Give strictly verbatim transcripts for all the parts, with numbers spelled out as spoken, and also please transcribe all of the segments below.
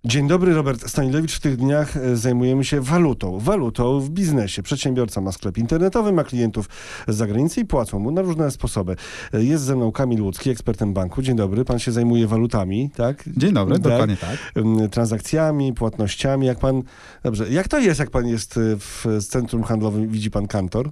Dzień dobry, Robert Stanilewicz. W tych dniach zajmujemy się walutą. Walutą w biznesie. Przedsiębiorca ma sklep internetowy, ma klientów z zagranicy i płacą mu na różne sposoby. Jest ze mną Kamil Łódzki, ekspertem banku. Dzień dobry. Pan się zajmuje walutami, tak? Dzień dobry, tak? dokładnie tak. Transakcjami, płatnościami. Jak pan... Dobrze. Jak to jest, jak pan jest w centrum handlowym, widzi pan kantor?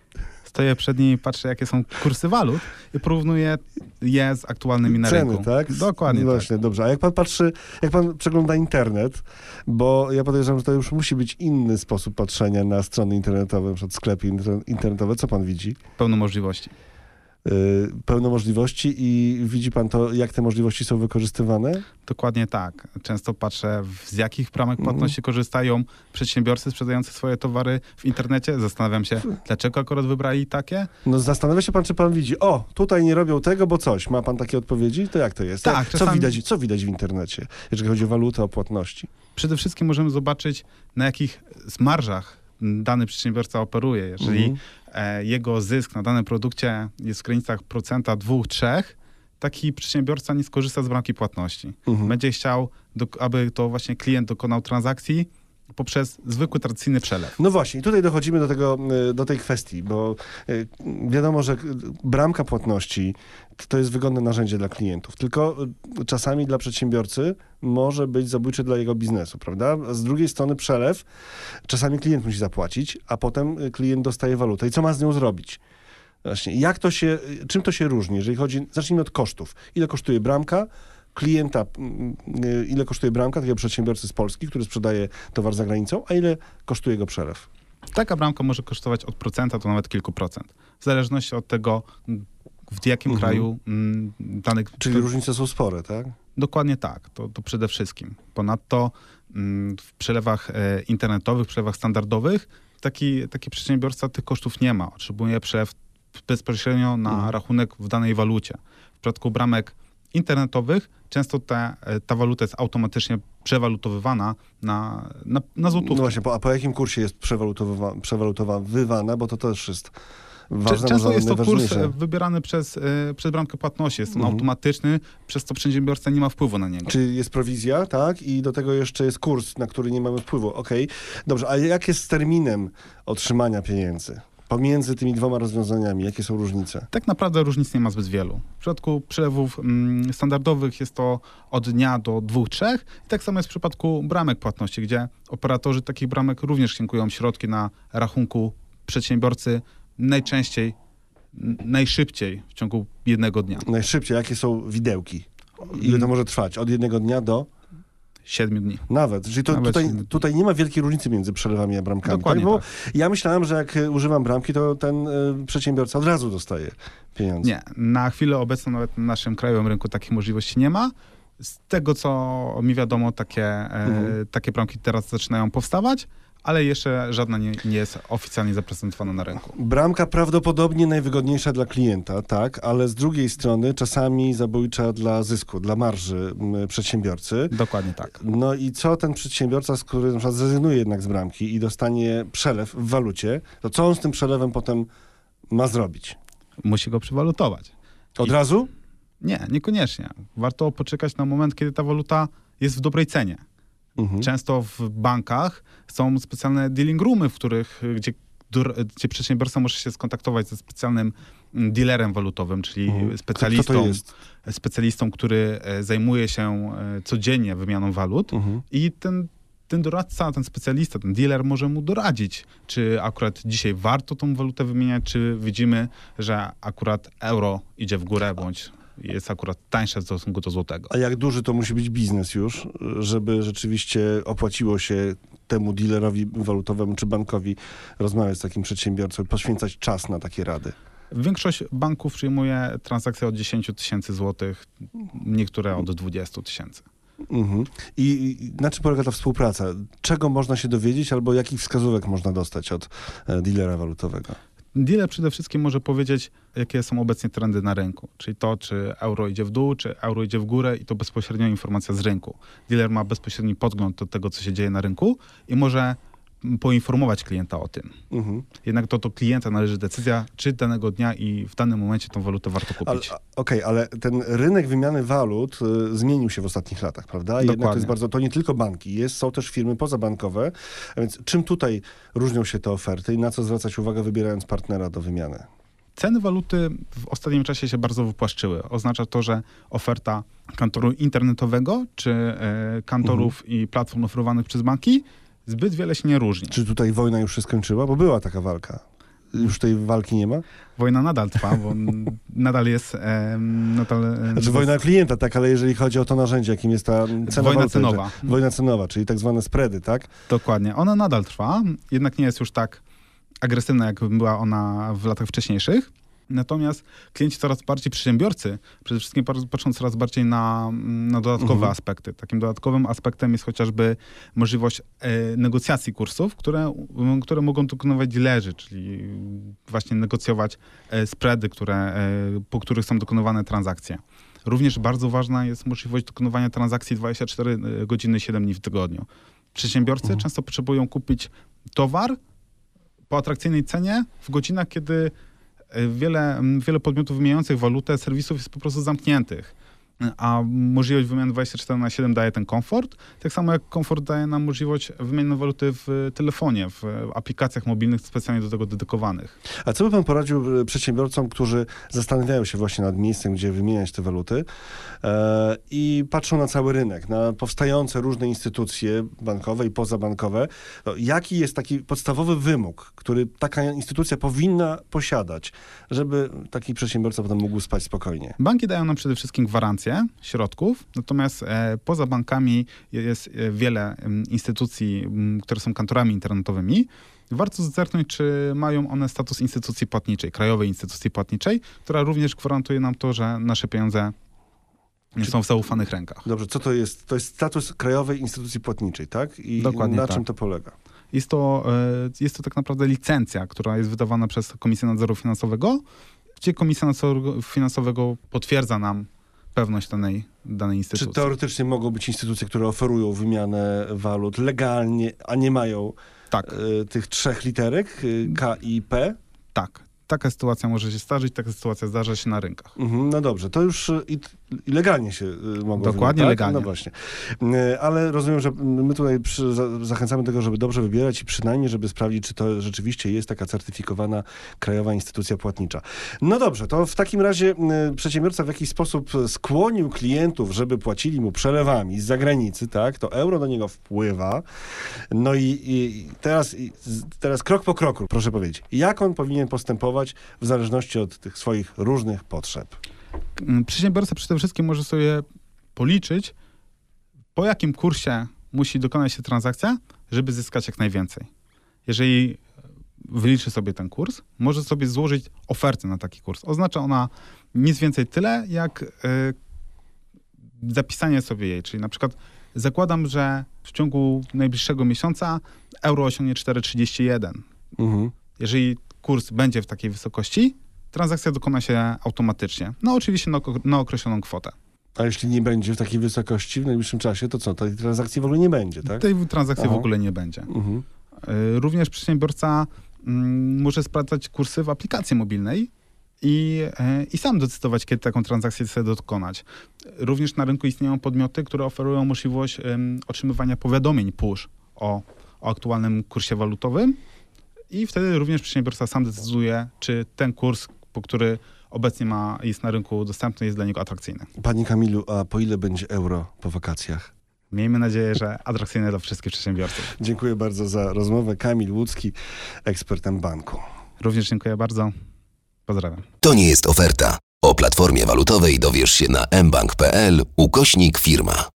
Stoję przed nim, patrzę, jakie są kursy walut i porównuję je z aktualnymi na Ceny, rynku. tak? Dokładnie no właśnie, tak. Dobrze. A jak pan patrzy, jak pan przegląda internet, bo ja podejrzewam, że to już musi być inny sposób patrzenia na strony internetowe, na przykład sklepy internetowe. Co pan widzi? Pełno możliwości. Yy, pełno możliwości i widzi pan to, jak te możliwości są wykorzystywane? Dokładnie tak. Często patrzę, w, z jakich bramek płatności mm. korzystają przedsiębiorcy sprzedający swoje towary w internecie. Zastanawiam się, dlaczego akurat wybrali takie? No zastanawia się pan, czy pan widzi, o, tutaj nie robią tego, bo coś. Ma pan takie odpowiedzi? To jak to jest? Tak. Co, czasami... widać, co widać w internecie, jeżeli chodzi o walutę, o płatności? Przede wszystkim możemy zobaczyć, na jakich marżach dany przedsiębiorca operuje. Jeżeli mm. e, jego zysk na danym produkcie jest w granicach procenta dwóch, trzech, taki przedsiębiorca nie skorzysta z bramki płatności. Mm. Będzie chciał, do, aby to właśnie klient dokonał transakcji poprzez zwykły, tradycyjny przelew. No właśnie, i tutaj dochodzimy do tego, do tej kwestii, bo wiadomo, że bramka płatności to jest wygodne narzędzie dla klientów, tylko czasami dla przedsiębiorcy może być zabójczy dla jego biznesu, prawda? A z drugiej strony przelew, czasami klient musi zapłacić, a potem klient dostaje walutę. I co ma z nią zrobić? Właśnie, jak to się, czym to się różni, jeżeli chodzi, zacznijmy od kosztów. Ile kosztuje bramka klienta, ile kosztuje bramka takiego przedsiębiorcy z Polski, który sprzedaje towar za granicą, a ile kosztuje jego przelew? Taka bramka może kosztować od procenta do nawet kilku procent. W zależności od tego, w jakim mhm. kraju m, danych... Czyli to, różnice są spore, tak? Dokładnie tak. To, to przede wszystkim. Ponadto m, w przelewach e, internetowych, w przelewach standardowych taki, taki przedsiębiorca tych kosztów nie ma. Otrzymuje przelew bezpośrednio na mhm. rachunek w danej walucie. W przypadku bramek internetowych często te, ta waluta jest automatycznie przewalutowywana na, na, na złotówkę. No właśnie, po, a po jakim kursie jest przewalutowywa, przewalutowywana? Bo to też jest ważne. Często jest to kurs wybierany przez, przez bramkę płatności. Jest on mhm. automatyczny, przez to przedsiębiorca nie ma wpływu na niego. Czyli jest prowizja, tak? I do tego jeszcze jest kurs, na który nie mamy wpływu. Okej. Okay. Dobrze, a jak jest z terminem otrzymania pieniędzy? Pomiędzy tymi dwoma rozwiązaniami, jakie są różnice? Tak naprawdę różnic nie ma zbyt wielu. W przypadku przelewów mm, standardowych jest to od dnia do dwóch, trzech. I tak samo jest w przypadku bramek płatności, gdzie operatorzy takich bramek również księgują środki na rachunku przedsiębiorcy najczęściej, n- najszybciej w ciągu jednego dnia. Najszybciej. Jakie są widełki? Ile to może trwać? Od jednego dnia do... Siedmiu dni. Nawet. Czyli to, Nawet tutaj, tutaj nie ma wielkiej różnicy między przelewami a bramkami. Dokładnie tak? Bo tak. Ja myślałem, że jak używam bramki, to ten y, przedsiębiorca od razu dostaje pieniądze. Nie. Na chwilę obecną nawet na naszym krajowym rynku takich możliwości nie ma. Z tego, co mi wiadomo, takie, mhm. e, takie bramki teraz zaczynają powstawać, ale jeszcze żadna nie, nie jest oficjalnie zaprezentowana na rynku. Bramka prawdopodobnie najwygodniejsza dla klienta, tak, ale z drugiej strony czasami zabójcza dla zysku, dla marży m, przedsiębiorcy. Dokładnie tak. No i co ten przedsiębiorca, z który na przykład zrezygnuje jednak z bramki i dostanie przelew w walucie, to co on z tym przelewem potem ma zrobić? Musi go przewalutować. Od I... razu? Nie, niekoniecznie. Warto poczekać na moment, kiedy ta waluta jest w dobrej cenie. Mhm. Często w bankach są specjalne dealing roomy, w których, gdzie, gdzie przedsiębiorca może się skontaktować ze specjalnym dealerem walutowym, czyli mhm. specjalistą, Kto to jest? specjalistą, który zajmuje się codziennie wymianą walut mhm. i ten, ten doradca, ten specjalista, ten dealer może mu doradzić, czy akurat dzisiaj warto tą walutę wymieniać, czy widzimy, że akurat euro idzie w górę, bądź jest akurat tańsze w stosunku do złotego. A jak duży to musi być biznes już, żeby rzeczywiście opłaciło się temu dealerowi walutowemu czy bankowi rozmawiać z takim przedsiębiorcą i poświęcać czas na takie rady? Większość banków przyjmuje transakcje od dziesięć tysięcy złotych, niektóre od dwadzieścia tysięcy. Mhm. I, I na czym polega ta współpraca? Czego można się dowiedzieć albo jakich wskazówek można dostać od e, dealera walutowego? Dealer przede wszystkim może powiedzieć, jakie są obecnie trendy na rynku. Czyli to, czy euro idzie w dół, czy euro idzie w górę i to bezpośrednio informacja z rynku. Dealer ma bezpośredni podgląd do tego, co się dzieje na rynku i może poinformować klienta o tym. Mhm. Jednak to do klienta należy decyzja, czy danego dnia i w danym momencie tą walutę warto Ale, kupić. Okej, okay, ale ten rynek wymiany walut y, zmienił się w ostatnich latach, prawda? Jednak Dokładnie. to jest bardzo, to nie tylko banki, jest, są też firmy pozabankowe, a więc czym tutaj różnią się te oferty i na co zwracać uwagę, wybierając partnera do wymiany? Ceny waluty w ostatnim czasie się bardzo wypłaszczyły. Oznacza to, że oferta kantoru internetowego czy e, kantorów mhm. i platform oferowanych przez banki zbyt wiele się nie różni. Czy tutaj wojna już się skończyła? Bo była taka walka. Już tej walki nie ma? Wojna nadal trwa, bo nadal jest... E, nadal, e, znaczy wojna klienta, tak, ale jeżeli chodzi o to narzędzie, jakim jest ta cena wojna waluty, cenowa. Że, wojna cenowa, czyli tak zwane spready, tak? Dokładnie. Ona nadal trwa, jednak nie jest już tak agresywna, jak była ona w latach wcześniejszych. Natomiast klienci coraz bardziej, przedsiębiorcy, przede wszystkim patrzą coraz bardziej na, na dodatkowe mhm. aspekty. Takim dodatkowym aspektem jest chociażby możliwość e, negocjacji kursów, które, które mogą dokonywać dealerzy, czyli właśnie negocjować e, spready, które, e, po których są dokonywane transakcje. Również bardzo ważna jest możliwość dokonywania transakcji dwadzieścia cztery godziny, siedem dni w tygodniu. Przedsiębiorcy mhm. często potrzebują kupić towar po atrakcyjnej cenie w godzinach, kiedy Wiele, wiele podmiotów wymieniających walutę, serwisów jest po prostu zamkniętych, a możliwość wymiany dwadzieścia cztery na siedem daje ten komfort, tak samo jak komfort daje nam możliwość wymiany waluty w telefonie, w aplikacjach mobilnych specjalnie do tego dedykowanych. A co by pan poradził przedsiębiorcom, którzy zastanawiają się właśnie nad miejscem, gdzie wymieniać te waluty e, i patrzą na cały rynek, na powstające różne instytucje bankowe i pozabankowe? No, jaki jest taki podstawowy wymóg, który taka instytucja powinna posiadać, żeby taki przedsiębiorca potem mógł spać spokojnie? Banki dają nam przede wszystkim gwarancję środków, natomiast e, poza bankami jest e, wiele e, instytucji, m, które są kantorami internetowymi. Warto zerknąć, czy mają one status instytucji płatniczej, krajowej instytucji płatniczej, która również gwarantuje nam to, że nasze pieniądze czy, są w zaufanych rękach. Dobrze, co to jest? To jest status krajowej instytucji płatniczej, tak? I Dokładnie na tak. czym to polega? Jest to, e, jest to tak naprawdę licencja, która jest wydawana przez Komisję Nadzoru Finansowego, gdzie Komisja Nadzoru Finansowego potwierdza nam pewność danej, danej instytucji. Czy teoretycznie mogą być instytucje, które oferują wymianę walut legalnie, a nie mają tak. y, tych trzech literek, y, K i P? Tak. Taka sytuacja może się zdarzyć, taka sytuacja zdarza się na rynkach. Mhm, no dobrze, to już i, i legalnie się y, mogą Dokładnie, wymieniać, tak? legalnie. No właśnie. Y, ale rozumiem, że my tutaj przy, za, zachęcamy do tego, żeby dobrze wybierać i przynajmniej, żeby sprawdzić, czy to rzeczywiście jest taka certyfikowana krajowa instytucja płatnicza. No dobrze, to w takim razie y, przedsiębiorca w jakiś sposób skłonił klientów, żeby płacili mu przelewami z zagranicy, tak? To euro do niego wpływa. No i, i teraz, i, teraz krok po kroku, proszę powiedzieć, jak on powinien postępować w zależności od tych swoich różnych potrzeb? Przedsiębiorca przede wszystkim może sobie policzyć, po jakim kursie musi dokonać się transakcja, żeby zyskać jak najwięcej. Jeżeli wyliczy sobie ten kurs, może sobie złożyć ofertę na taki kurs. Oznacza ona nic więcej tyle, jak y, zapisanie sobie jej. Czyli na przykład zakładam, że w ciągu najbliższego miesiąca euro osiągnie cztery trzydzieści jeden. Mhm. Jeżeli kurs będzie w takiej wysokości, transakcja dokona się automatycznie. No oczywiście na, na określoną kwotę. A jeśli nie będzie w takiej wysokości w najbliższym czasie, to co? Tej transakcji w ogóle nie będzie, tak? Tej transakcji Aha. w ogóle nie będzie. Mhm. Również przedsiębiorca mm, może sprawdzać kursy w aplikacji mobilnej i, e, i sam decydować, kiedy taką transakcję chce dokonać. Również na rynku istnieją podmioty, które oferują możliwość em, otrzymywania powiadomień push o, o aktualnym kursie walutowym. I wtedy również przedsiębiorca sam decyduje, czy ten kurs, po który obecnie ma, jest na rynku dostępny, jest dla niego atrakcyjny. Panie Kamilu, a po ile będzie euro po wakacjach? Miejmy nadzieję, że atrakcyjne dla wszystkich przedsiębiorców. Dziękuję bardzo za rozmowę. Kamil Łódzki, ekspert mBanku. Również dziękuję bardzo. Pozdrawiam. To nie jest oferta. O platformie walutowej dowiesz się na mbank kropka pl ukośnik firma.